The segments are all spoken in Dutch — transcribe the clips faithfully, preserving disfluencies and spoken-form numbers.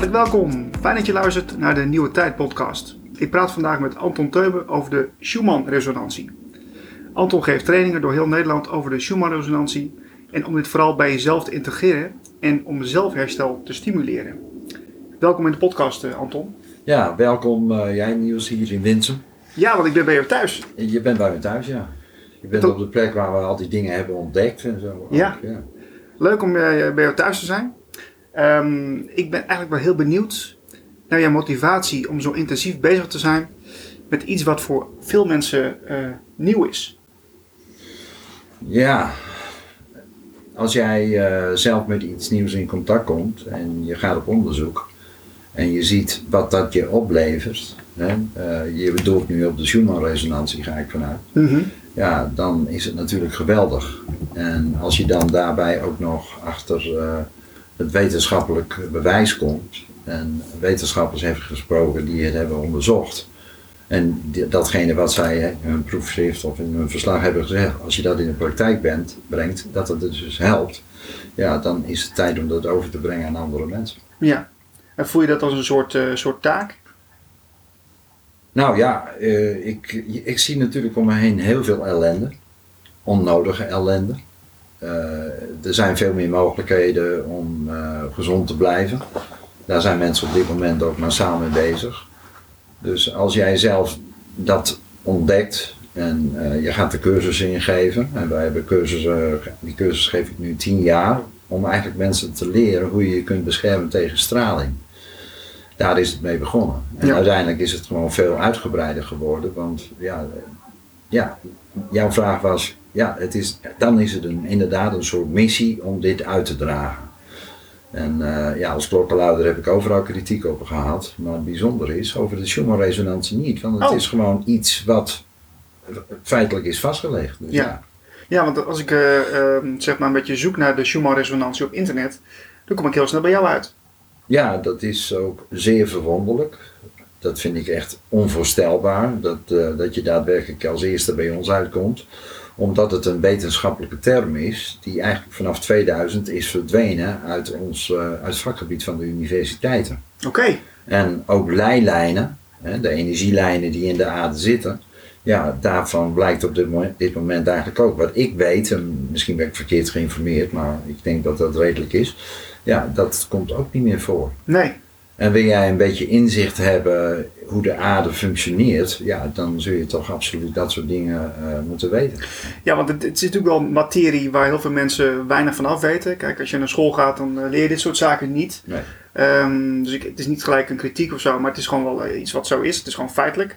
Hartelijk welkom. Fijn dat je luistert naar de Nieuwe Tijd podcast. Ik praat vandaag met Anton Teube over de Schumann-resonantie. Anton geeft trainingen door heel Nederland over de Schumann-resonantie en om dit vooral bij jezelf te integreren en om zelfherstel te stimuleren. Welkom in de podcast, Anton. Ja, welkom uh, jij Niels hier in Winsum. Ja, want ik ben bij jou thuis. Je bent bij me thuis, ja. Je bent op de plek waar we al die dingen hebben ontdekt en zo. Ja, ook, ja. Leuk om uh, bij jou thuis te zijn. Um, ik ben eigenlijk wel heel benieuwd naar jouw motivatie om zo intensief bezig te zijn met iets wat voor veel mensen uh, nieuw is. Ja, als jij uh, zelf met iets nieuws in contact komt en je gaat op onderzoek en je ziet wat dat je oplevert, hè, uh, je bedoelt nu op de Schumann-resonantie, ga ik vanuit, Mm-hmm. ja, dan is het natuurlijk geweldig. En als je dan daarbij ook nog achter uh, het wetenschappelijk bewijs komt, en wetenschappers hebben gesproken die het hebben onderzocht, en die, datgene wat zij in hun proefschrift of in hun verslag hebben gezegd, als je dat in de praktijk bent, brengt, dat het dus helpt, ja, dan is het tijd om dat over te brengen aan andere mensen. Ja, en voel je dat als een soort, uh, soort taak? Nou ja, uh, ik, ik zie natuurlijk om me heen heel veel ellende, onnodige ellende. Uh, er zijn veel meer mogelijkheden om uh, gezond te blijven. Daar zijn mensen op dit moment ook massaal mee bezig. Dus als jij zelf dat ontdekt en uh, je gaat de cursussen ingeven, en wij hebben cursussen, die cursus geef ik nu tien jaar, om eigenlijk mensen te leren hoe je je kunt beschermen tegen straling. Daar is het mee begonnen. En ja. Uiteindelijk is het gewoon veel uitgebreider geworden, want ja, ja, jouw vraag was, ja, het is, dan is het een, inderdaad een soort missie om dit uit te dragen. En uh, ja, als klokkenluider heb ik overal kritiek op gehad, maar het bijzondere is over de Schumann-resonantie niet, want het oh. is gewoon iets wat feitelijk is vastgelegd. Dus, ja. ja. ja, want als ik uh, uh, zeg maar een beetje zoek naar de Schumann-resonantie op internet, dan kom ik heel snel bij jou uit. Ja, dat is ook zeer verwonderlijk. Dat vind ik echt onvoorstelbaar, dat, uh, dat je daadwerkelijk als eerste bij ons uitkomt. Omdat het een wetenschappelijke term is die eigenlijk vanaf tweeduizend is verdwenen uit ons uh, uit het vakgebied van de universiteiten. Oké. Okay. En ook leilijnen, hè, de energielijnen die in de aarde zitten, ja, daarvan blijkt op dit moment, dit moment eigenlijk ook wat ik weet, en misschien ben ik verkeerd geïnformeerd, maar ik denk dat dat redelijk is, ja, dat komt ook niet meer voor. Nee. En wil jij een beetje inzicht hebben hoe de aarde functioneert, ja, dan zul je toch absoluut dat soort dingen uh, moeten weten. Ja, want het, het is natuurlijk wel materie waar heel veel mensen weinig van af weten. Kijk, als je naar school gaat, dan uh, leer je dit soort zaken niet. Nee. Um, dus ik, het is niet gelijk een kritiek of zo, maar het is gewoon wel uh, iets wat zo is. Het is gewoon feitelijk.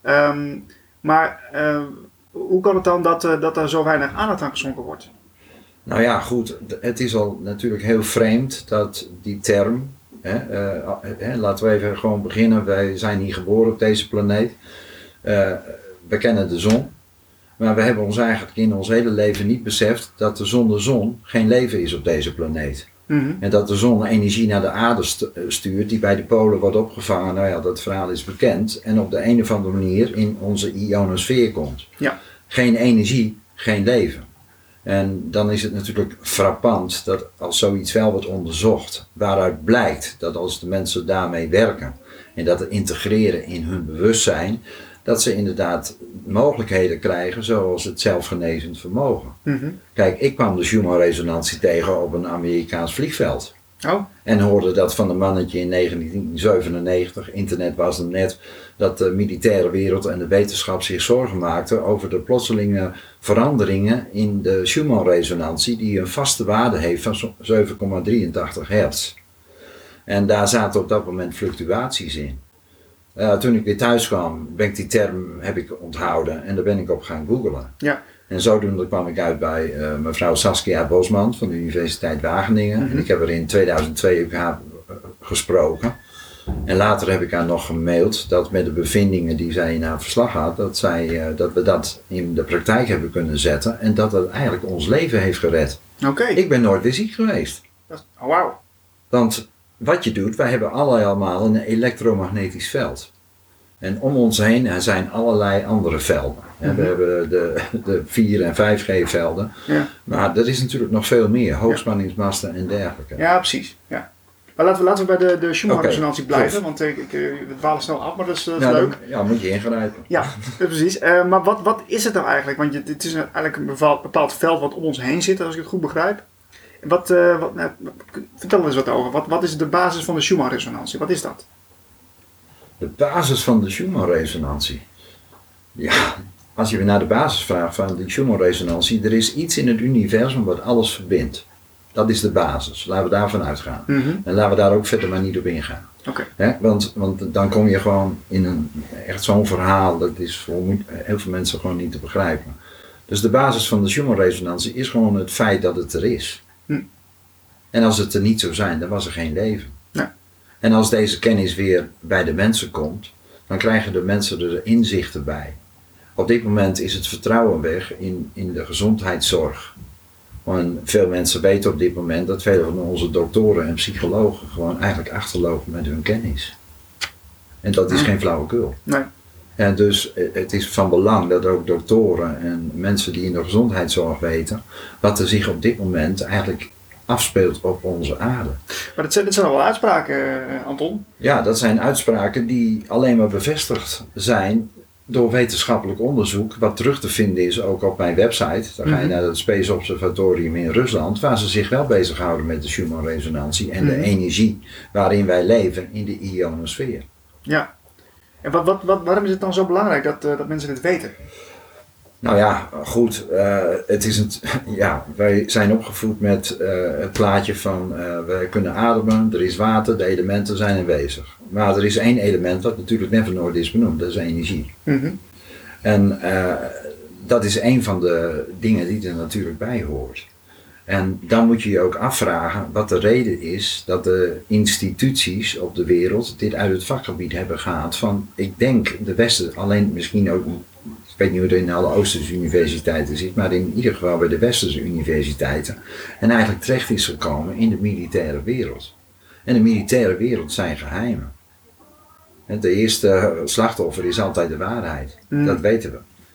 Um, maar uh, hoe kan het dan dat, uh, dat er zo weinig aandacht aan geschonken wordt? Nou ja, goed, het is al natuurlijk heel vreemd dat die term, He, uh, he, laten we even gewoon beginnen. Wij zijn hier geboren op deze planeet. Uh, we kennen de zon. Maar we hebben ons eigenlijk in ons hele leven niet beseft dat er zonder zon geen leven is op deze planeet. Mm-hmm. En dat de zon energie naar de aarde stuurt die bij de polen wordt opgevangen. Nou ja, dat verhaal is bekend. En op de een of andere manier in onze ionosfeer komt. Ja. Geen energie, geen leven. En dan is het natuurlijk frappant dat als zoiets wel wordt onderzocht, waaruit blijkt dat als de mensen daarmee werken en dat het integreren in hun bewustzijn, dat ze inderdaad mogelijkheden krijgen zoals het zelfgenezend vermogen. Mm-hmm. Kijk, ik kwam de Schumann-resonantie tegen op een Amerikaans vliegveld. Oh. En hoorde dat van een mannetje in negentien zevenennegentig, internet was er net, dat de militaire wereld en de wetenschap zich zorgen maakten over de plotselinge veranderingen in de Schumann-resonantie die een vaste waarde heeft van zeven komma drieëntachtig hertz. En daar zaten op dat moment fluctuaties in. Uh, toen ik weer thuis kwam, ben ik die term heb ik onthouden en daar ben ik op gaan googlen. Ja. En zodoende kwam ik uit bij uh, mevrouw Saskia Bosman van de Universiteit Wageningen. Mm-hmm. En ik heb er in tweeduizend twee ook haar uh, gesproken. En later heb ik haar nog gemaild dat met de bevindingen die zij in haar verslag had, dat, zij, uh, dat we dat in de praktijk hebben kunnen zetten. En dat het eigenlijk ons leven heeft gered. Oké. Okay. Ik ben nooit weer ziek geweest. Oh, wauw. Want wat je doet, wij hebben allemaal een elektromagnetisch veld. En om ons heen zijn allerlei andere velden. Mm-hmm. We hebben de, de vier- en vijf G velden. Ja. Maar er is natuurlijk nog veel meer. Hoogspanningsmasten en dergelijke. Ja, precies. Ja. Maar laten we, laten we bij de, de Schumann-resonantie Okay, blijven, want ik, ik, we dwalen snel af, maar dat is, dat is ja, leuk. Dan, ja, moet je ingrijpen. Ja, precies. Uh, maar wat, wat is het nou eigenlijk? Want je, het is eigenlijk een bepaald, bepaald veld wat om ons heen zit, als ik het goed begrijp. Wat, uh, wat, nou, vertel eens wat over. Wat, wat is de basis van de Schumann-resonantie? Wat is dat? De basis van de Schumann-resonantie? Ja, als je weer naar de basis vraagt van de Schumann-resonantie, er is iets in het universum wat alles verbindt. Dat is de basis. Laten we daarvan uitgaan. Mm-hmm. En laten we daar ook verder maar niet op ingaan. Okay. He, want, want dan kom je gewoon in een echt zo'n verhaal, dat is voor heel veel mensen gewoon niet te begrijpen. Dus de basis van de Schumann-resonantie is gewoon het feit dat het er is. Mm. En als het er niet zou zijn, dan was er geen leven. Nee. En als deze kennis weer bij de mensen komt, dan krijgen de mensen er inzichten bij. Op dit moment is het vertrouwen weg in, in de gezondheidszorg. Want veel mensen weten op dit moment dat vele van onze doktoren en psychologen gewoon eigenlijk achterlopen met hun kennis. En dat is mm. geen flauwekul. Nee. En dus het is van belang dat ook doktoren en mensen die in de gezondheidszorg weten wat er zich op dit moment eigenlijk afspeelt op onze aarde. Maar dat zijn, dat zijn al wel uitspraken, Anton? Ja, dat zijn uitspraken die alleen maar bevestigd zijn door wetenschappelijk onderzoek, wat terug te vinden is ook op mijn website. Dan ga je naar het Space Observatorium in Rusland, waar ze zich wel bezighouden met de Schumann-resonantie en mm-hmm. de energie waarin wij leven in de ionosfeer. Ja, en wat, wat, wat, waarom is het dan zo belangrijk dat, uh, dat mensen het weten? Nou ja, goed, uh, het is een, ja, wij zijn opgevoed met uh, het plaatje van uh, we kunnen ademen, er is water, de elementen zijn aanwezig. Maar er is één element wat natuurlijk never nooit is benoemd, dat is energie. Mm-hmm. En uh, dat is een van de dingen die er natuurlijk bij hoort. En dan moet je je ook afvragen wat de reden is dat de instituties op de wereld dit uit het vakgebied hebben gehaald van, ik denk de Westen, alleen misschien ook, ik weet niet hoe het in alle Oosterse universiteiten zit, maar in ieder geval bij de Westerse universiteiten. En eigenlijk terecht is gekomen in de militaire wereld. En de militaire wereld zijn geheimen. De eerste slachtoffer is altijd de waarheid. Mm. Dat weten we.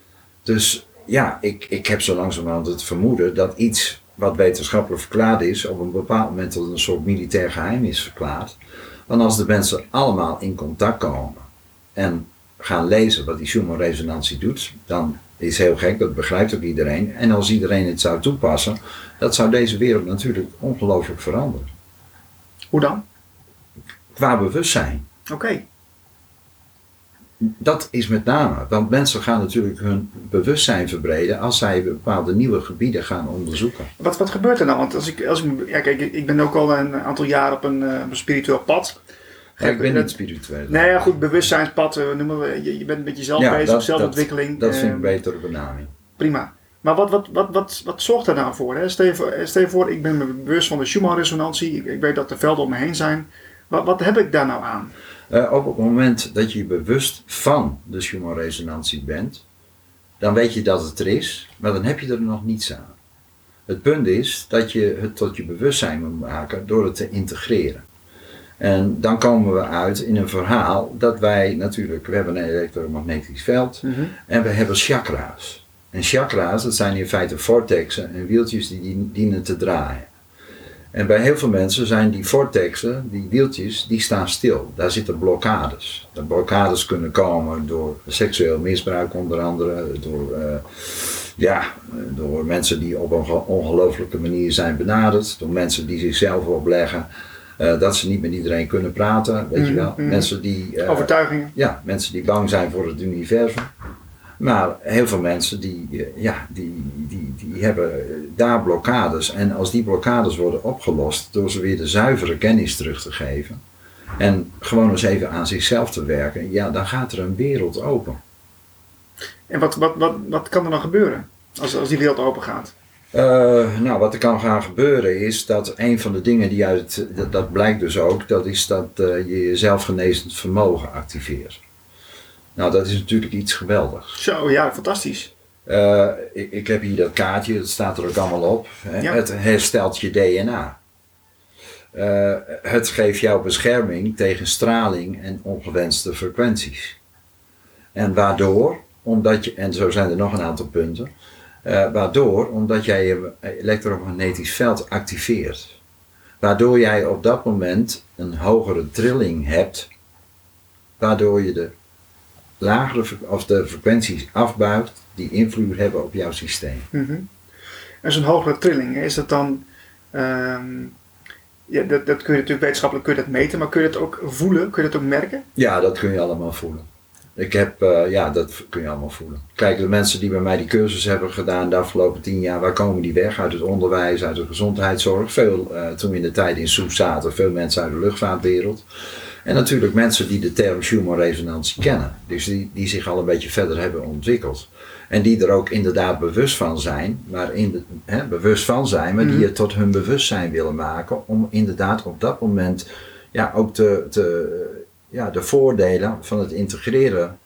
Dus ja, ik, ik heb zo langzamerhand het vermoeden dat iets wat wetenschappelijk verklaard is, op een bepaald moment tot een soort militair geheim is verklaard. Want als de mensen allemaal in contact komen en gaan lezen wat die Schumann-resonantie doet, dan is heel gek, dat begrijpt ook iedereen. En als iedereen het zou toepassen, dat zou deze wereld natuurlijk ongelooflijk veranderen. Hoe dan? Qua bewustzijn. Oké. Okay. Dat is met name, want mensen gaan natuurlijk hun bewustzijn verbreden als zij bepaalde nieuwe gebieden gaan onderzoeken. Wat, wat gebeurt er nou? Want als ik, als ik, ja, kijk, ik ben ook al een aantal jaar op een, uh, een spiritueel pad. Ja, ik ben niet spiritueel. Nee, ja, goed, bewustzijnspad, uh, noemen we, je, je bent met jezelf ja, bezig, dat, zelfontwikkeling. Dat, dat vind ik uh, een betere benaming. Prima. Maar wat, wat, wat, wat, wat zorgt er nou voor? Hè? Stel, je voor stel je voor, ik ben me bewust van de Schumann-resonantie, ik, ik weet dat er velden om me heen zijn. Wat, wat heb ik daar nou aan? Uh, op het moment dat je bewust van de Schumann-resonantie bent, dan weet je dat het er is, maar dan heb je er nog niets aan. Het punt is dat je het tot je bewustzijn moet maken door het te integreren. En dan komen we uit in een verhaal dat wij natuurlijk, we hebben een elektromagnetisch veld mm-hmm. en we hebben chakra's. En chakra's, dat zijn in feite vortexen en wieltjes die dienen te draaien. En bij heel veel mensen zijn die vortexen, die wieltjes, die staan stil. Daar zitten blokkades. De blokkades kunnen komen door seksueel misbruik onder andere, door, uh, ja, door mensen die op een ongelooflijke manier zijn benaderd, door mensen die zichzelf opleggen. Uh, dat ze niet met iedereen kunnen praten, weet mm-hmm. je wel. Mensen die, uh, Overtuigingen. Ja, mensen die bang zijn voor het universum. Maar heel veel mensen die, uh, ja, die, die, die hebben daar blokkades. En als die blokkades worden opgelost door ze weer de zuivere kennis terug te geven. En gewoon eens even aan zichzelf te werken. Ja, dan gaat er een wereld open. En wat, wat, wat, wat kan er dan gebeuren als, als die wereld open gaat? Uh, nou, wat er kan gaan gebeuren is dat een van de dingen die uit, dat, dat blijkt dus ook, dat is dat uh, je je zelfgenezend vermogen activeert. Nou, dat is natuurlijk iets geweldigs. Zo, ja, fantastisch. Uh, ik, ik heb hier dat kaartje, dat staat er ook allemaal op. Hè? Ja. Het herstelt je D N A. Uh, het geeft jou bescherming tegen straling en ongewenste frequenties. En waardoor, omdat je, en zo zijn er nog een aantal punten. Uh, waardoor, omdat jij je elektromagnetisch veld activeert. Waardoor jij op dat moment een hogere trilling hebt, waardoor je de lagere of de frequenties afbuigt die invloed hebben op jouw systeem. Mm-hmm. En zo'n hogere trilling, is dat dan, um, ja, dat, dat kun je natuurlijk wetenschappelijk kun je dat meten, maar kun je dat ook voelen, kun je dat ook merken? Ja, dat kun je allemaal voelen. Ik heb, uh, ja, dat kun je allemaal voelen. Kijk, de mensen die bij mij die cursus hebben gedaan de afgelopen tien jaar, waar komen die weg? Uit het onderwijs, uit de gezondheidszorg. Veel, uh, toen we in de tijd in Soep zaten, veel mensen uit de luchtvaartwereld. En natuurlijk mensen die de term Schumann-resonantie kennen. Dus die, die zich al een beetje verder hebben ontwikkeld. En die er ook inderdaad bewust van zijn, maar in de, hè, bewust van zijn, maar die het tot hun bewustzijn willen maken. Om inderdaad op dat moment ja, ook te, te, ja, de voordelen van het integreren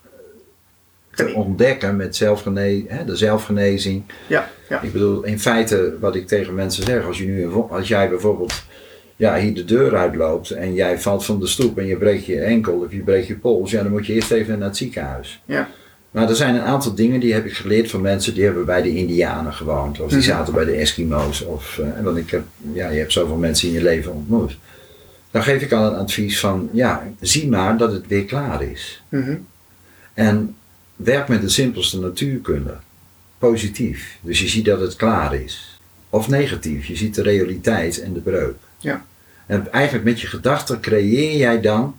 te ontdekken met zelfgene, hè, de zelfgenezing. Ja, ja. Ik bedoel, in feite wat ik tegen mensen zeg, als, je nu, als jij bijvoorbeeld ja, hier de deur uitloopt en jij valt van de stoep en je breekt je enkel of je breekt je pols, ja, dan moet je eerst even naar het ziekenhuis. Ja. Maar er zijn een aantal dingen die heb ik geleerd van mensen die hebben bij de Indianen gewoond. Of die zaten bij de Eskimo's. Of, uh, want ik heb, ja, je hebt zoveel mensen in je leven ontmoet. Dan geef ik al een advies van, ja, zie maar dat het weer klaar is. Mm-hmm. En werk met de simpelste natuurkunde. Positief. Dus je ziet dat het klaar is. Of negatief. Je ziet de realiteit en de breuk. Ja. En eigenlijk met je gedachten creëer jij dan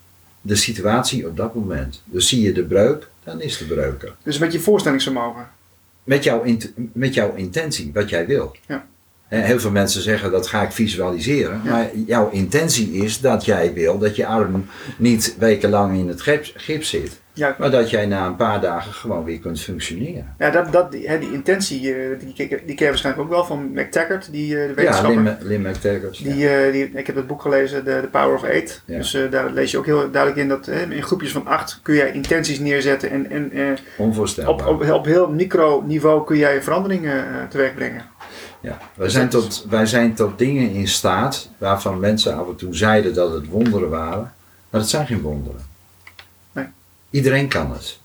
de situatie op dat moment. Dus zie je de breuk, dan is de breuk er. Dus met je voorstellingsvermogen? Met jouw, int- met jouw intentie, wat jij wil. Ja. En heel veel mensen zeggen dat ga ik visualiseren. Ja. Maar jouw intentie is dat jij wil dat je arm niet wekenlang in het gips, gips zit. Ja. Maar dat jij na een paar dagen gewoon weer kunt functioneren. Ja, dat, dat, die, hè, die intentie, die, die, die ken je waarschijnlijk ook wel van McTaggart, die de wetenschapper. Ja, Lynn, Lynn McTaggart. Die, ja. uh, die, ik heb het boek gelezen, The, The Power of Eight. Ja. Dus uh, daar lees je ook heel duidelijk in dat uh, in groepjes van acht kun jij intenties neerzetten. En, en uh, onvoorstelbaar. Op, op, op heel microniveau kun jij veranderingen uh, teweeg brengen. Ja, wij zijn, tot, wij zijn tot dingen in staat waarvan mensen af en toe zeiden dat het wonderen waren. Maar het zijn geen wonderen. Nee. Iedereen kan het.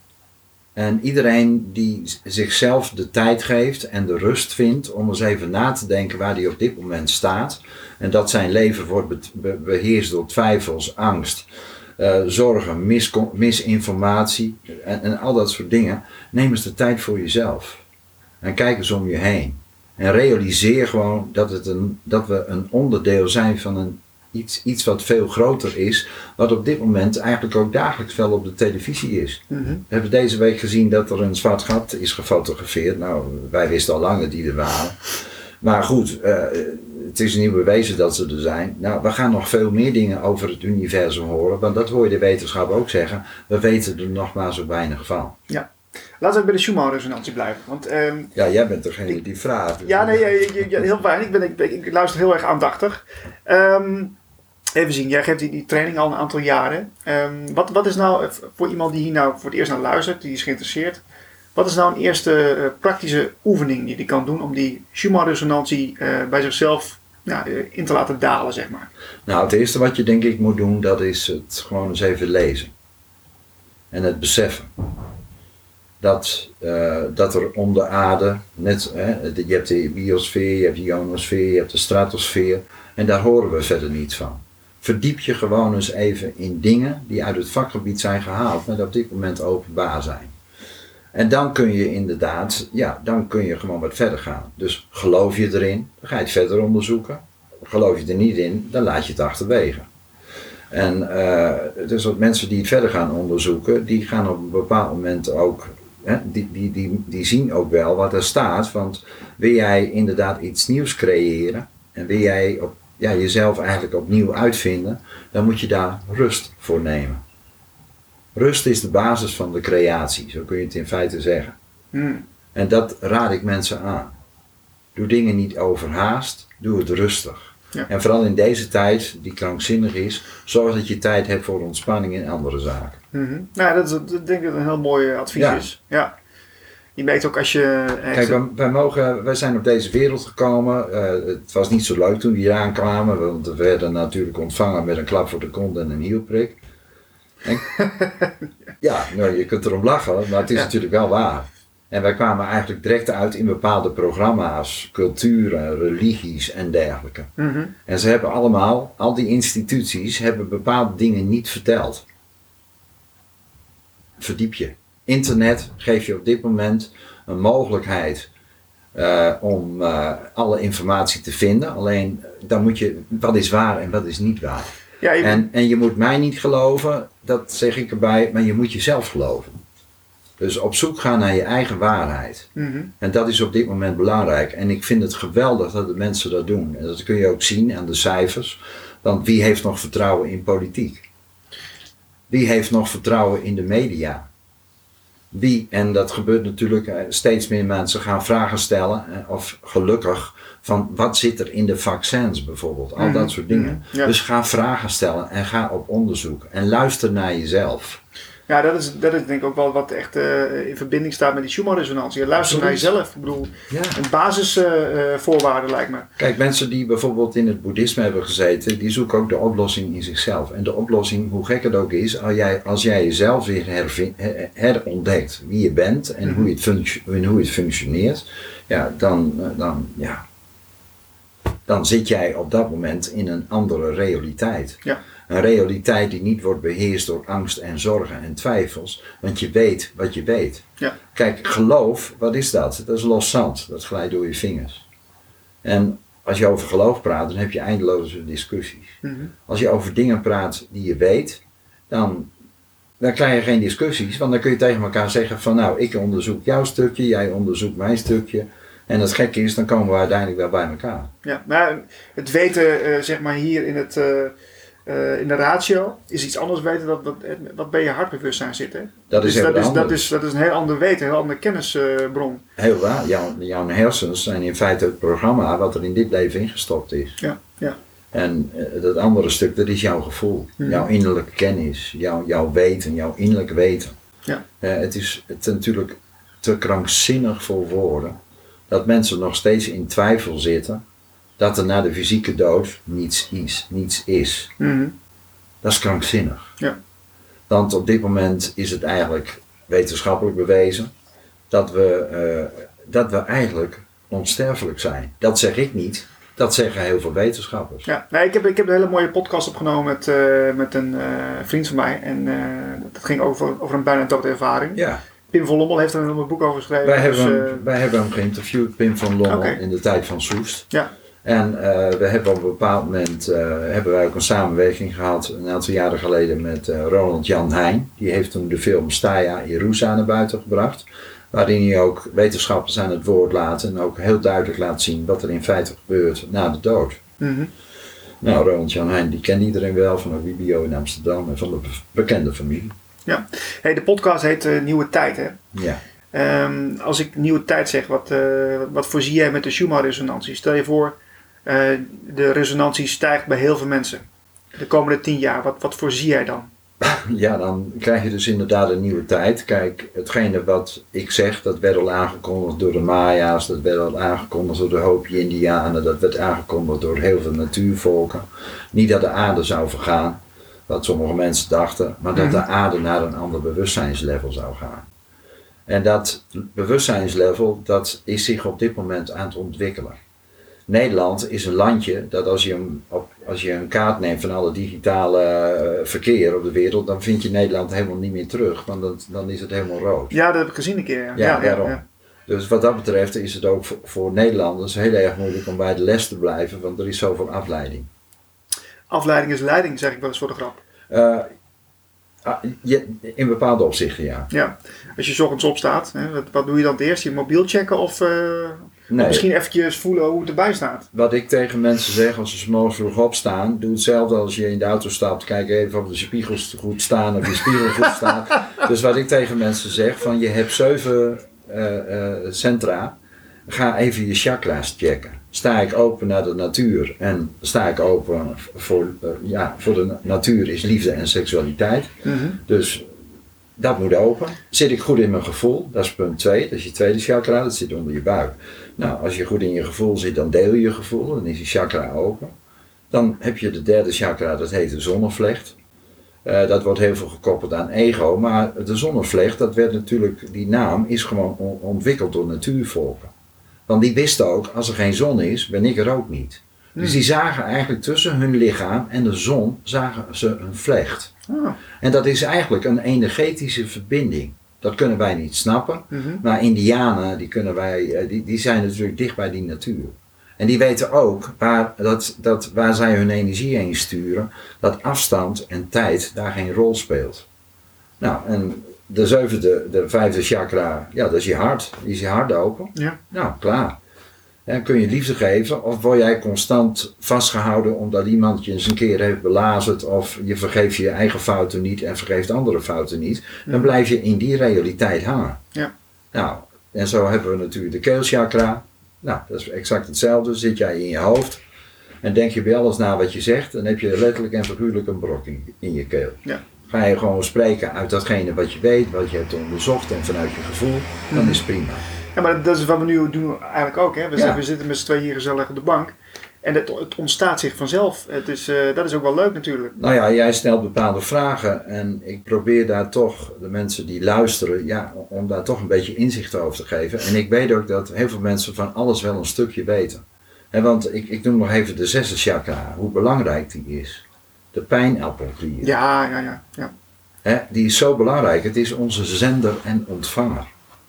En iedereen die zichzelf de tijd geeft en de rust vindt om eens even na te denken waar hij op dit moment staat. En dat zijn leven wordt be- beheerst door twijfels, angst, uh, zorgen, miscon- misinformatie en, en al dat soort dingen. Neem eens de tijd voor jezelf. En kijk eens om je heen. En realiseer gewoon dat, het een, dat we een onderdeel zijn van een, iets, iets wat veel groter is. Wat op dit moment eigenlijk ook dagelijks wel op de televisie is. Mm-hmm. We hebben deze week gezien dat er een zwart gat is gefotografeerd. Nou, wij wisten al lang dat die er waren. Maar goed, uh, het is nu bewezen dat ze er zijn. Nou, we gaan nog veel meer dingen over het universum horen. Want dat hoor je de wetenschap ook zeggen. We weten er nog maar zo weinig van. Ja. Laten we bij de Schumann-resonantie blijven. Want, um, ja, jij bent degene die vraagt. Dus ja, nee, je, je, heel fijn. Ik, ben, ik, ik luister heel erg aandachtig. Um, even zien, jij geeft die, die training al een aantal jaren. Um, wat, wat is nou, voor iemand die hier nou voor het eerst naar luistert, die is geïnteresseerd. Wat is nou een eerste uh, praktische oefening die hij kan doen om die Schumann-resonantie uh, bij zichzelf ja, uh, in te laten dalen, zeg maar? Nou, het eerste wat je denk ik moet doen, dat is het gewoon eens even lezen. En het beseffen. Dat, uh, dat er om de aarde, net, hè, je hebt de biosfeer, je hebt de ionosfeer, je hebt de stratosfeer. En daar horen we verder niets van. Verdiep je gewoon eens even in dingen die uit het vakgebied zijn gehaald, maar die op dit moment openbaar zijn. En dan kun je inderdaad, ja, dan kun je gewoon wat verder gaan. Dus geloof je erin, dan ga je het verder onderzoeken. Geloof je er niet in, dan laat je het achterwege. En uh, dus wat mensen die het verder gaan onderzoeken, die gaan op een bepaald moment ook, hè, die, die, die, die zien ook wel wat er staat. Want wil jij inderdaad iets nieuws creëren en wil jij op, ja, jezelf eigenlijk opnieuw uitvinden, dan moet je daar rust voor nemen. Rust is de basis van de creatie, zo kun je het in feite zeggen. Hmm. En dat raad ik mensen aan. Doe dingen niet overhaast, doe het rustig. Ja. En vooral in deze tijd, die krankzinnig is, zorg dat je tijd hebt voor ontspanning en andere zaken. Mm-hmm. Nou, dat, is, dat denk ik dat het een heel mooi advies ja. is. Ja. Je merkt ook als je... Kijk, wij, wij, mogen, wij zijn op deze wereld gekomen. Uh, het was niet zo leuk toen we hier aankwamen, want we werden natuurlijk ontvangen met een klap voor de kont en een hielprik. En, ja, nou, je kunt erom lachen, maar het is ja. natuurlijk wel waar. En wij kwamen eigenlijk direct uit in bepaalde programma's, culturen, religies en dergelijke. Mm-hmm. En ze hebben allemaal, al die instituties, hebben bepaalde dingen niet verteld. Verdiep je. Internet geeft je op dit moment een mogelijkheid uh, om uh, alle informatie te vinden. Alleen dan moet je, wat is waar en wat is niet waar. Ja, je... en, en je moet mij niet geloven, dat zeg ik erbij, maar je moet jezelf geloven. Dus op zoek gaan naar je eigen waarheid. Mm-hmm. En dat is op dit moment belangrijk. En ik vind het geweldig dat de mensen dat doen. En dat kun je ook zien aan de cijfers. Want wie heeft nog vertrouwen in politiek? Wie heeft nog vertrouwen in de media? Wie, en dat gebeurt natuurlijk, steeds meer mensen gaan vragen stellen, of gelukkig, van wat zit er in de vaccins bijvoorbeeld, al Mm-hmm. dat soort dingen. Mm-hmm. Ja. Dus ga vragen stellen en ga op onderzoek en luister naar jezelf. Ja, dat is, dat is denk ik ook wel wat echt uh, in verbinding staat met die Schumann-resonantie. Je luistert naar jezelf. Ik bedoel, Ja. een basisvoorwaarde uh, lijkt me. Kijk, mensen die bijvoorbeeld in het boeddhisme hebben gezeten, die zoeken ook de oplossing in zichzelf. En de oplossing, hoe gek het ook is, als jij, als jij jezelf weer hervin, her, herontdekt wie je bent en, mm-hmm. hoe, je het funct, en hoe je het functioneert, ja, dan, dan, ja, dan zit jij op dat moment in een andere realiteit. Ja. Een realiteit die niet wordt beheerst door angst en zorgen en twijfels, want je weet wat je weet. Ja. Kijk, geloof, wat is dat? Dat is los zand, dat glijdt door je vingers. En als je over geloof praat, dan heb je eindeloze discussies. Mm-hmm. Als je over dingen praat die je weet, dan, dan krijg je geen discussies, want dan kun je tegen elkaar zeggen van nou, ik onderzoek jouw stukje, jij onderzoekt mijn stukje. En het gekke is, dan komen we uiteindelijk wel bij elkaar. Ja, maar het weten, uh, zeg maar hier in het... Uh... Uh, in de ratio is iets anders weten dat, dat, wat bij je hartbewustzijn zit. Hè? Dat is, dus dat, is, dat, anders. is, dat is een heel ander weten, een heel andere kennisbron. Uh, heel waar. Jouw, jouw hersens zijn in feite het programma wat er in dit leven ingestopt is. Ja, ja. En uh, dat andere stuk, dat is jouw gevoel. Mm-hmm. Jouw innerlijke kennis, jouw, jouw weten, jouw innerlijk weten. Ja. Uh, het is het natuurlijk te krankzinnig voor woorden dat mensen nog steeds in twijfel zitten dat er na de fysieke dood niets is. Niets is. Mm-hmm. Dat is krankzinnig. Ja. Want op dit moment is het eigenlijk wetenschappelijk bewezen dat we, uh, dat we eigenlijk onsterfelijk zijn. Dat zeg ik niet. Dat zeggen heel veel wetenschappers. Ja, nee, ik, heb, ik heb een hele mooie podcast opgenomen met, uh, met een uh, vriend van mij. En uh, dat ging over, over een bijna doodervaring. Ja. Pim van Lommel heeft er een boek over geschreven. Wij, dus, hebben, uh... hem, wij hebben hem geïnterviewd, Pim van Lommel, okay. in de tijd van Soest. Ja. En uh, we hebben op een bepaald moment uh, hebben wij ook een samenwerking gehad een aantal jaren geleden met uh, Roland Jan Heijn. Die heeft toen de film Staya Irusa naar buiten gebracht. Waarin hij ook wetenschappers aan het woord laat en ook heel duidelijk laat zien wat er in feite gebeurt na de dood. Mm-hmm. Nou, Roland Jan Heijn, die kent iedereen wel van de W B O in Amsterdam en van de bekende familie. Ja, hey, de podcast heet uh, Nieuwe Tijd, hè? Ja. Um, als ik Nieuwe Tijd zeg, wat, uh, wat voorzie jij met de Schumann-resonantie? Stel je voor, uh, de resonantie stijgt bij heel veel mensen. De komende tien jaar, wat, wat voorzie jij dan? Ja, dan krijg je dus inderdaad een nieuwe tijd. Kijk, hetgene wat ik zeg, dat werd al aangekondigd door de Maya's, dat werd al aangekondigd door de Hopi-Indianen, dat werd aangekondigd door heel veel natuurvolken. Niet dat de aarde zou vergaan, wat sommige mensen dachten, maar dat de aarde naar een ander bewustzijnslevel zou gaan. En dat bewustzijnslevel, dat is zich op dit moment aan het ontwikkelen. Nederland is een landje dat als je, een, op, als je een kaart neemt van alle digitale uh, verkeer op de wereld, dan vind je Nederland helemaal niet meer terug, want dan, dan is het helemaal rood. Ja, dat heb ik gezien een keer. Ja, ja, ja daarom. Ja. Dus wat dat betreft is het ook voor, voor Nederlanders heel erg moeilijk om bij de les te blijven, want er is zoveel afleiding. Afleiding is leiding, zeg ik wel eens voor de grap. Uh, je, in bepaalde opzichten, ja. Ja, als je 's ochtends opstaat, hè, wat, wat doe je dan het eerst? Je mobiel checken of... Uh... Nee. Misschien eventjes voelen hoe het erbij staat. Wat ik tegen mensen zeg als ze 's morgens vroeg opstaan, doe hetzelfde als je in de auto stapt. Kijk even of de spiegels goed staan of je spiegel goed staat. Dus wat ik tegen mensen zeg, van je hebt zeven uh, uh, centra, ga even je chakra's checken. Sta ik open naar de natuur en sta ik open voor, uh, ja, voor de natuur is liefde en seksualiteit. Mm-hmm. Dus dat moet open. Zit ik goed in mijn gevoel, dat is punt twee, dat is je tweede chakra, dat zit onder je buik. Nou, als je goed in je gevoel zit, dan deel je je gevoel, dan is je chakra open. Dan heb je de derde chakra, dat heet de zonnevlecht. Uh, dat wordt heel veel gekoppeld aan ego, maar de zonnevlecht, dat werd natuurlijk, die naam is gewoon on- ontwikkeld door natuurvolken. Want die wisten ook, als er geen zon is, ben ik er ook niet. Hmm. Dus die zagen eigenlijk tussen hun lichaam en de zon, zagen ze een vlecht. Oh. En dat is eigenlijk een energetische verbinding. Dat kunnen wij niet snappen, mm-hmm. maar Indianen, die, kunnen wij, die, die zijn natuurlijk dicht bij die natuur. En die weten ook waar, dat, dat waar zij hun energie heen sturen, dat afstand en tijd daar geen rol speelt. Nou, en de zevende, de vijfde chakra, ja, dat is je hart. Die is je hart open. Ja. Nou, klaar. En kun je liefde geven of word jij constant vastgehouden omdat iemand je eens een keer heeft belazerd of je vergeeft je eigen fouten niet en vergeeft andere fouten niet. Dan blijf je in die realiteit hangen. Ja. Nou, en zo hebben we natuurlijk de keelchakra. Nou, dat is exact hetzelfde. Zit jij in je hoofd en denk je bij alles na wat je zegt, dan heb je letterlijk en figuurlijk een brok in, in je keel. Ja. Ga je gewoon spreken uit datgene wat je weet, wat je hebt onderzocht en vanuit je gevoel, dan mm. is het prima. Ja, maar dat is wat we nu doen eigenlijk ook. Hè? We, ja. we zitten met z'n tweeën hier gezellig op de bank. En het, het ontstaat zich vanzelf. Het is, uh, dat is ook wel leuk natuurlijk. Nou ja, jij stelt bepaalde vragen. En ik probeer daar toch de mensen die luisteren, ja, om daar toch een beetje inzicht over te geven. En ik weet ook dat heel veel mensen van alles wel een stukje weten. En want ik, ik noem nog even de zesde chakra. Hoe belangrijk die is. De pijnappelklier. Ja, ja, ja. ja. Hè, die is zo belangrijk. Het is onze zender en ontvanger.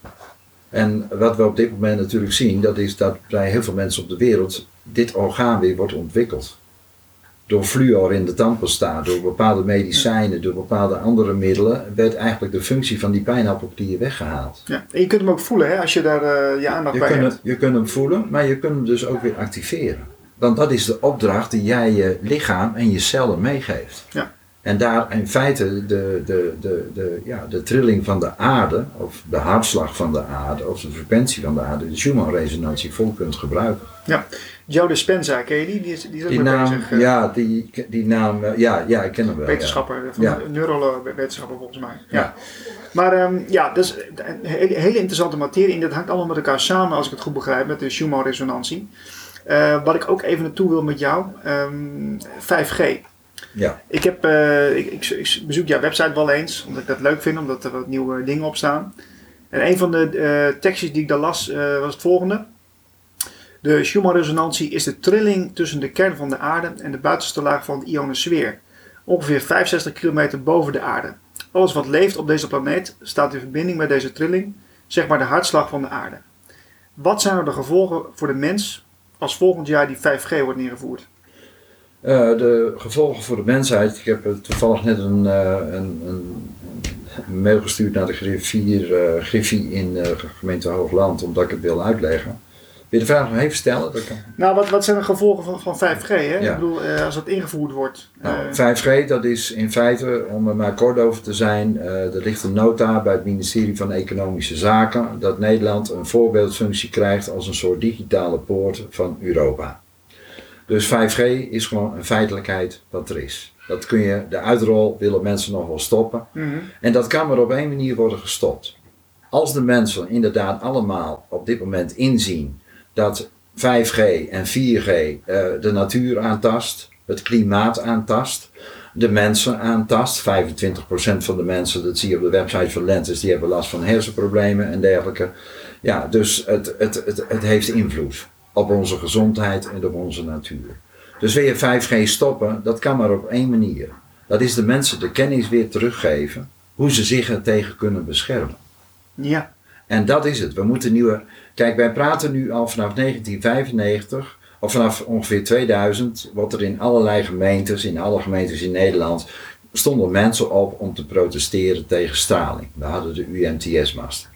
En wat we op dit moment natuurlijk zien, dat is dat bij heel veel mensen op de wereld dit orgaan weer wordt ontwikkeld. Door fluor in de tandpasta, door bepaalde medicijnen, door bepaalde andere middelen, werd eigenlijk de functie van die pijnappelklier weggehaald. Ja, en je kunt hem ook voelen hè, als je daar uh, je aandacht je bij kunt, hebt. Je kunt hem voelen, maar je kunt hem dus ook weer activeren. Want dat is de opdracht die jij je lichaam en je cellen meegeeft. Ja. En daar in feite de, de, de, de, ja, de trilling van de aarde, of de hartslag van de aarde, of de frequentie van de aarde, de Schumann-resonantie vol kunt gebruiken. Ja, Joe Dispenza, ken je die? Die is, die is ook die mee naam, bezig. Uh, ja, die, die naam, uh, ja, ja, ik ken hem wel. Wetenschapper, ja. van ja. de neurowetenschapper volgens mij. Ja. Ja. Maar um, ja, dat is een hele, hele interessante materie en dat hangt allemaal met elkaar samen, als ik het goed begrijp, met de Schumann-resonantie. Uh, wat ik ook even naartoe wil met jou, um, vijf G. Ja. Ik, heb, uh, ik, ik, ik bezoek jouw website wel eens, omdat ik dat leuk vind, omdat er wat nieuwe dingen op staan. En een van de uh, tekstjes die ik daar las uh, was het volgende. De Schumann-resonantie is de trilling tussen de kern van de aarde en de buitenste laag van de ionosfeer. Ongeveer vijfenzestig kilometer boven de aarde. Alles wat leeft op deze planeet staat in verbinding met deze trilling, zeg maar de hartslag van de aarde. Wat zijn er de gevolgen voor de mens als volgend jaar die vijf G wordt neergevoerd? Uh, de gevolgen voor de mensheid. Ik heb toevallig net een, uh, een, een, een mail gestuurd naar de griffier, uh, griffie in de uh, gemeente Hoogland, omdat ik het wil uitleggen. Wil je de vraag nog even stellen? Dat kan. Nou, wat, wat zijn de gevolgen van, van vijf G? Hè? Ja. Ik bedoel, uh, als dat ingevoerd wordt. Nou, uh... vijf G, dat is in feite, om er maar kort over te zijn, uh, er ligt een nota bij het ministerie van Economische Zaken dat Nederland een voorbeeldfunctie krijgt als een soort digitale poort van Europa. Dus vijf G is gewoon een feitelijkheid wat er is. Dat kun je, de uitrol willen mensen nog wel stoppen. Mm-hmm. En dat kan maar op één manier worden gestopt. Als de mensen inderdaad allemaal op dit moment inzien dat vijf G en vier G uh, de natuur aantast, het klimaat aantast, de mensen aantast. vijfentwintig procent van de mensen, dat zie je op de website van Lentis, die hebben last van hersenproblemen en dergelijke. Ja, dus het, het, het, het heeft invloed op onze gezondheid en op onze natuur. Dus wil je vijf G stoppen, dat kan maar op één manier. Dat is de mensen de kennis weer teruggeven hoe ze zich er tegen kunnen beschermen. Ja. En dat is het. We moeten nieuwe... Kijk, wij praten nu al vanaf negentien vijfennegentig, of vanaf ongeveer tweeduizend, wat er in allerlei gemeentes, in alle gemeentes in Nederland, stonden mensen op om te protesteren tegen straling. We hadden de U M T S-mast.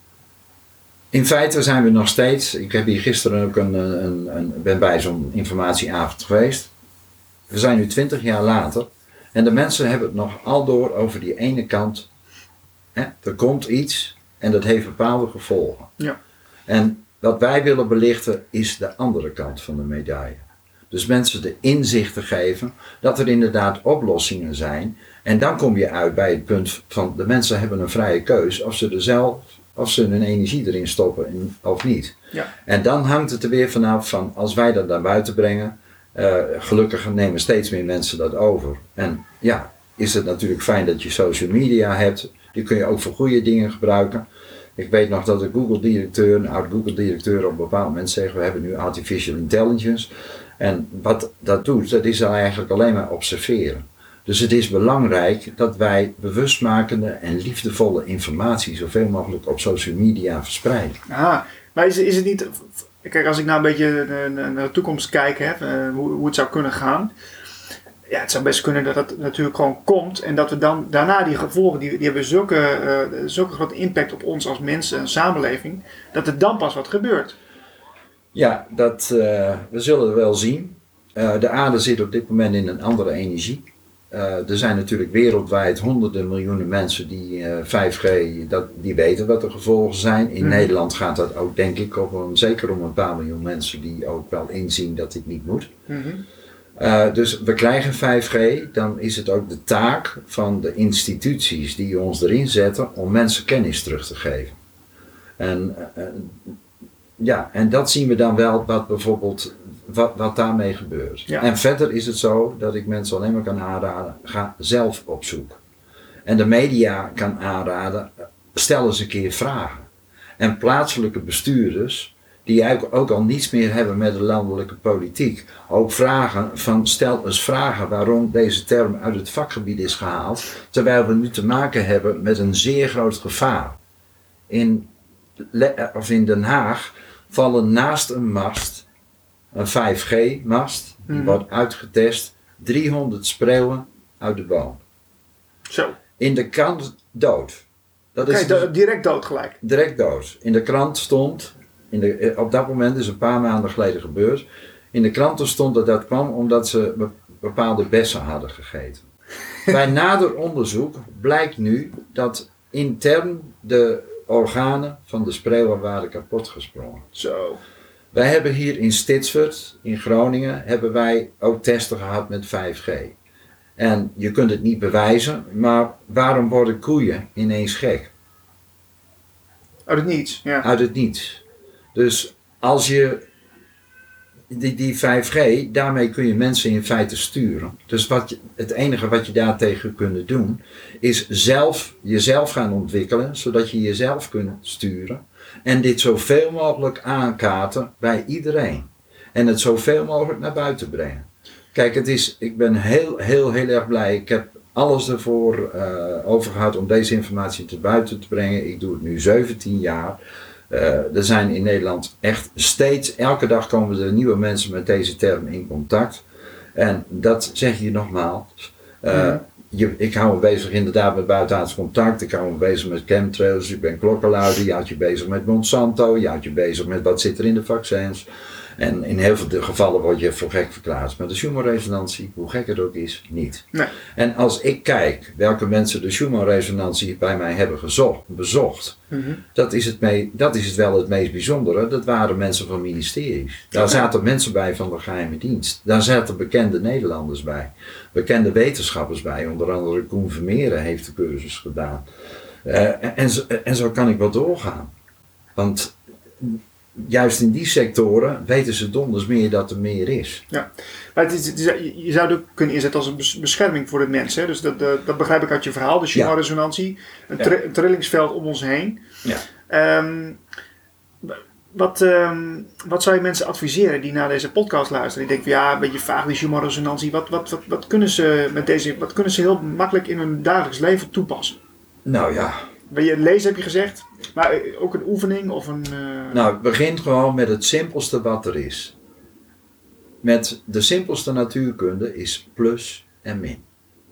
In feite zijn we nog steeds, ik heb hier gisteren ook een, een, een, ben bij zo'n informatieavond geweest. We zijn nu twintig jaar later en de mensen hebben het nog aldoor over die ene kant. Hè? Er komt iets en dat heeft bepaalde gevolgen. Ja. En wat wij willen belichten is de andere kant van de medaille. Dus mensen de inzicht te geven dat er inderdaad oplossingen zijn. En dan kom je uit bij het punt van de mensen hebben een vrije keus of ze er zelf, of ze hun energie erin stoppen of niet. Ja. En dan hangt het er weer vanaf van als wij dat naar buiten brengen, uh, gelukkig nemen steeds meer mensen dat over. En ja, is het natuurlijk fijn dat je social media hebt. Die kun je ook voor goede dingen gebruiken. Ik weet nog dat de Google-directeur, een oud Google-directeur op een bepaald moment zegt, we hebben nu artificial intelligence. En wat dat doet, dat is dan eigenlijk alleen maar observeren. Dus het is belangrijk dat wij bewustmakende en liefdevolle informatie zoveel mogelijk op social media verspreiden. Ah, maar is, is het niet... Kijk, als ik nou een beetje naar de toekomst kijk, hè, hoe, hoe het zou kunnen gaan. Ja, het zou best kunnen dat het natuurlijk gewoon komt. En dat we dan daarna die gevolgen, die, die hebben zulke, uh, zulke grote impact op ons als mensen en samenleving. Dat er dan pas wat gebeurt. Ja, dat, uh, we zullen het wel zien. Uh, de aarde zit op dit moment in een andere energie. Uh, er zijn natuurlijk wereldwijd honderden miljoenen mensen die uh, vijf G, dat, die weten wat de gevolgen zijn. In mm. Nederland gaat dat ook denk ik op een, zeker om een paar miljoen mensen die ook wel inzien dat dit niet moet. Mm-hmm. Uh, dus we krijgen vijf G, dan is het ook de taak van de instituties die ons erin zetten om mensen kennis terug te geven. En, uh, ja, en dat zien we dan wel wat bijvoorbeeld wat, wat daarmee gebeurt. Ja. En verder is het zo dat ik mensen alleen maar kan aanraden, ga zelf op zoek. En de media kan aanraden, stel eens een keer vragen. En plaatselijke bestuurders, die eigenlijk ook al niets meer hebben met de landelijke politiek, ook vragen van stel eens vragen waarom deze term uit het vakgebied is gehaald, terwijl we nu te maken hebben met een zeer groot gevaar. In, of in Den Haag vallen naast een mast, een vijf G mast, die mm-hmm. wordt uitgetest, driehonderd spreeuwen uit de boom. Zo. In de krant dood. Dat Kijk, is dus, direct dood gelijk. Direct dood. In de krant stond, in de, op dat moment is een paar maanden geleden gebeurd, in de kranten stond dat dat kwam omdat ze bepaalde bessen hadden gegeten. Bij nader onderzoek blijkt nu dat intern de organen van de spreeuwen waren kapot gesprongen. Zo. Wij hebben hier in Stitsford, in Groningen, hebben wij ook testen gehad met vijf G. En je kunt het niet bewijzen, maar waarom worden koeien ineens gek? Uit het niets, ja. Uit het niets. Dus als je die, die vijf G, daarmee kun je mensen in feite sturen. Dus wat je, het enige wat je daartegen kunt doen, is zelf jezelf gaan ontwikkelen, zodat je jezelf kunt sturen. En dit zoveel mogelijk aankaarten bij iedereen. En het zoveel mogelijk naar buiten brengen. Kijk, het is, ik ben heel, heel, heel erg blij. Ik heb alles ervoor uh, over gehad om deze informatie te buiten te brengen. Ik doe het nu zeventien jaar. Uh, er zijn in Nederland echt steeds, elke dag komen er nieuwe mensen met deze term in contact. En dat zeg je nogmaals. Uh, mm. je, ik hou me bezig inderdaad met buitenaards contact. Ik hou me bezig met chemtrails. Ik ben klokkenluider. Je houdt je bezig met Monsanto. Je houdt je bezig met wat zit er in de vaccins. En in heel veel gevallen word je voor gek verklaard. Maar de Schumann-resonantie, hoe gek het ook is, niet. Nee. En als ik kijk welke mensen de Schumann-resonantie bij mij hebben gezocht, bezocht, mm-hmm. dat, is het mee, dat is het wel het meest bijzondere. Dat waren mensen van ministeries. Daar okay. zaten mensen bij van de geheime dienst. Daar zaten bekende Nederlanders bij. Bekende wetenschappers bij. Onder andere Koen Vermeeren heeft de cursus gedaan. Uh, en, zo, en zo kan ik wel doorgaan. Want juist in die sectoren weten ze donders meer dat er meer is. Ja, maar het is, het is, je zou het ook kunnen inzetten als een bescherming voor de mensen. Hè? Dus dat, dat, dat begrijp ik uit je verhaal, de Schumann-resonantie. Een, ja. tri- een trillingsveld om ons heen. Ja. Um, wat, um, wat zou je mensen adviseren die naar deze podcast luisteren? Die denken van ja, een beetje vaag die Schumann-resonantie. Wat, wat, wat, wat, kunnen ze met deze, wat kunnen ze heel makkelijk in hun dagelijks leven toepassen? Nou ja. Wil je lezen, heb je gezegd? Maar ook een oefening of een... Uh... Nou, begin gewoon met het simpelste wat er is. Met de simpelste natuurkunde is plus en min.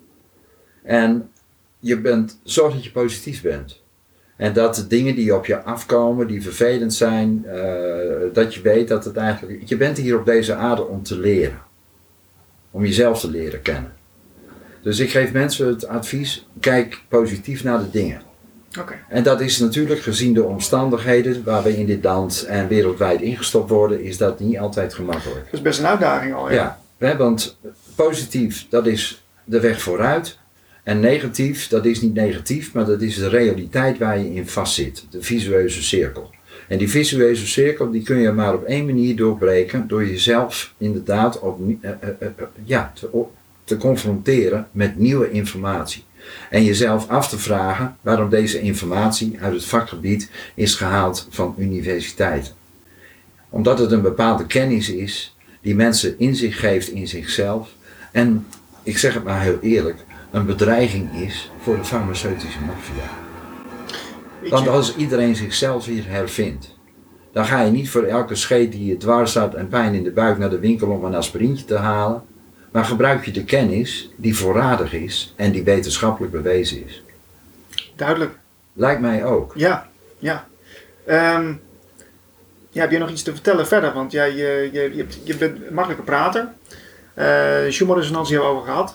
En je bent, zorg dat je positief bent. En dat de dingen die op je afkomen, die vervelend zijn, uh, dat je weet dat het eigenlijk... Je bent hier op deze aarde om te leren. Om jezelf te leren kennen. Dus ik geef mensen het advies, kijk positief naar de dingen. Okay. En dat is natuurlijk gezien de omstandigheden waar we in dit land en wereldwijd ingestopt worden, is dat niet altijd gemakkelijk. Dat is best een uitdaging al. Ja, ja, want positief, dat is de weg vooruit. En negatief, dat is niet negatief, maar dat is de realiteit waar je in vastzit. De visueuze cirkel. En die visueuze cirkel, die kun je maar op één manier doorbreken, door jezelf inderdaad op, uh, uh, uh, ja, te, te confronteren met nieuwe informatie. En jezelf af te vragen waarom deze informatie uit het vakgebied is gehaald van universiteiten. Omdat het een bepaalde kennis is die mensen in zich geeft in zichzelf. En, ik zeg het maar heel eerlijk, een bedreiging is voor de farmaceutische maffia. Want als iedereen zichzelf weer hervindt, dan ga je niet voor elke scheet die je dwars staat en pijn in de buik naar de winkel om een aspirintje te halen. Maar gebruik je de kennis die voorradig is en die wetenschappelijk bewezen is. Duidelijk. Lijkt mij ook. Ja, ja. Um, ja, heb je nog iets te vertellen verder? Want jij, je, je, je, je bent een makkelijke prater. Uh, Schumann-resonantie hebben we over gehad.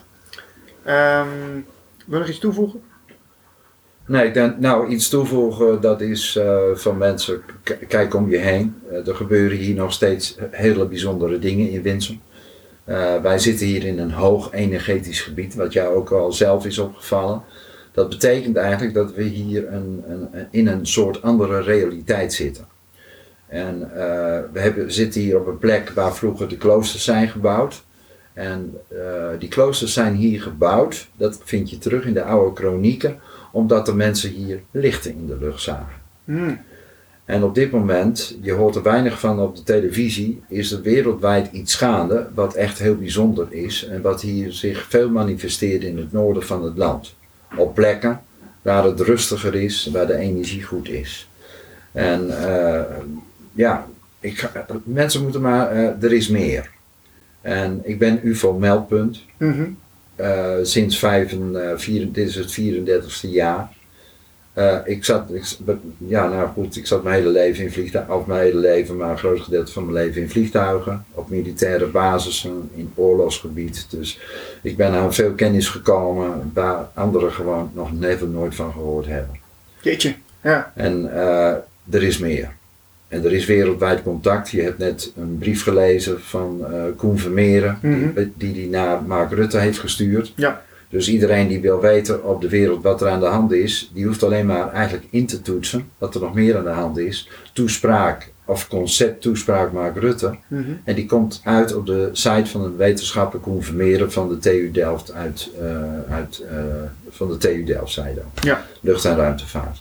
Um, wil je nog iets toevoegen? Nee, ik denk, nou iets toevoegen, dat is uh, van mensen, k- kijk om je heen. Uh, er gebeuren hier nog steeds hele bijzondere dingen in Winsum. Uh, wij zitten hier in een hoog energetisch gebied, wat jou ook al zelf is opgevallen. Dat betekent eigenlijk dat we hier een, een, in een soort andere realiteit zitten. En uh, we hebben, zitten hier op een plek waar vroeger de kloosters zijn gebouwd. En uh, die kloosters zijn hier gebouwd, dat vind je terug in de oude kronieken, omdat de mensen hier lichten in de lucht zagen. Hmm. En op dit moment, je hoort er weinig van op de televisie, is er wereldwijd iets gaande wat echt heel bijzonder is en wat hier zich veel manifesteert in het noorden van het land. Op plekken waar het rustiger is, waar de energie goed is. En uh, ja, ik, mensen moeten maar, uh, er is meer. En ik ben U F O-meldpunt. Mm-hmm. Uh, sinds vijf, uh, vier, dit is het vierendertigste jaar. Uh, ik zat, ik, ja nou goed, ik zat mijn hele leven in vliegtuigen, of mijn hele leven, maar een groot gedeelte van mijn leven in vliegtuigen, op militaire basissen, in oorlogsgebied. Dus ik ben aan veel kennis gekomen waar anderen gewoon nog never nooit van gehoord hebben. Jeetje, ja. En uh, er is meer. En er is wereldwijd contact. Je hebt net een brief gelezen van uh, Koen Vermeeren, mm-hmm. die, die die naar Mark Rutte heeft gestuurd. Ja. Dus iedereen die wil weten op de wereld wat er aan de hand is, die hoeft alleen maar eigenlijk in te toetsen wat er nog meer aan de hand is. Toespraak of concept toespraak Mark Rutte. Mm-hmm. En die komt uit op de site van een wetenschapper Koen Vermeeren van de T U Delft uit, uh, uit uh, van de T U Delft zijde. Ja. Lucht- en ruimtevaart.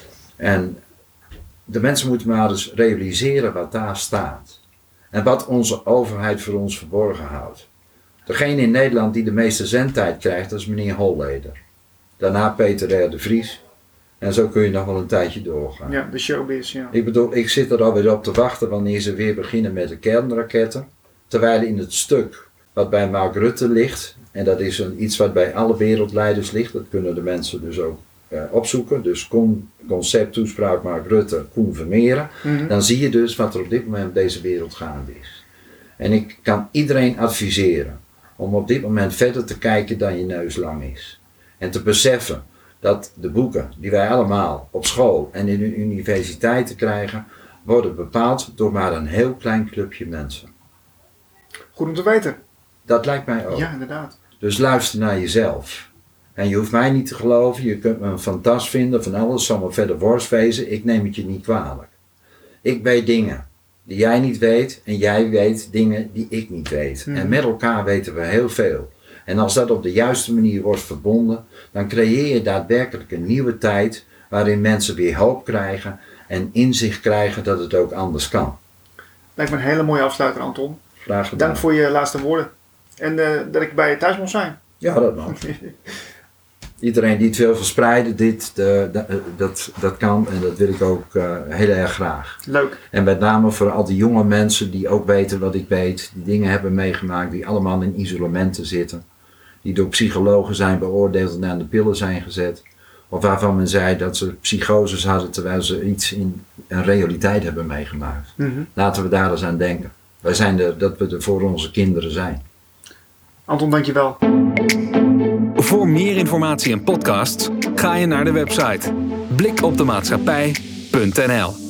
En de mensen moeten maar eens realiseren wat daar staat. En wat onze overheid voor ons verborgen houdt. Degene in Nederland die de meeste zendtijd krijgt, dat is meneer Holleder. Daarna Peter R. de Vries. En zo kun je nog wel een tijdje doorgaan. Ja, de showbiz, ja. Ik bedoel, ik zit er alweer op te wachten wanneer ze weer beginnen met de kernraketten. Terwijl in het stuk wat bij Mark Rutte ligt, en dat is een, iets wat bij alle wereldleiders ligt, dat kunnen de mensen dus ook uh, opzoeken. Dus con, concept, toespraak Mark Rutte, Koen Vermeeren. Mm-hmm. Dan zie je dus wat er op dit moment op deze wereld gaande is. En ik kan iedereen adviseren om op dit moment verder te kijken dan je neus lang is. En te beseffen dat de boeken die wij allemaal op school en in de universiteiten krijgen, worden bepaald door maar een heel klein clubje mensen. Goed om te weten. Dat lijkt mij ook. Ja, inderdaad. Dus luister naar jezelf. En je hoeft mij niet te geloven, je kunt me een fantast vinden van alles, zal me verder worst wezen, ik neem het je niet kwalijk. Ik weet dingen die jij niet weet en jij weet dingen die ik niet weet. Hmm. En met elkaar weten we heel veel. En als dat op de juiste manier wordt verbonden, dan creëer je daadwerkelijk een nieuwe tijd waarin mensen weer hoop krijgen en inzicht krijgen dat het ook anders kan. Lijkt me een hele mooie afsluiter, Anton. Graag gedaan. Dank voor je laatste woorden. En uh, dat ik bij je thuis mocht zijn. Ja, dat mag. Iedereen die het wil verspreiden, dit, de, de, dat, dat kan en dat wil ik ook uh, heel erg graag. Leuk. En met name voor al die jonge mensen die ook weten wat ik weet, die dingen hebben meegemaakt, die allemaal in isolementen zitten, die door psychologen zijn beoordeeld en aan de pillen zijn gezet, of waarvan men zei dat ze psychoses hadden terwijl ze iets in een realiteit hebben meegemaakt. Mm-hmm. Laten we daar eens aan denken. Wij zijn er, dat we er voor onze kinderen zijn. Anton, dankjewel. Voor meer informatie en podcasts ga je naar de website blik op de maatschappij punt n l.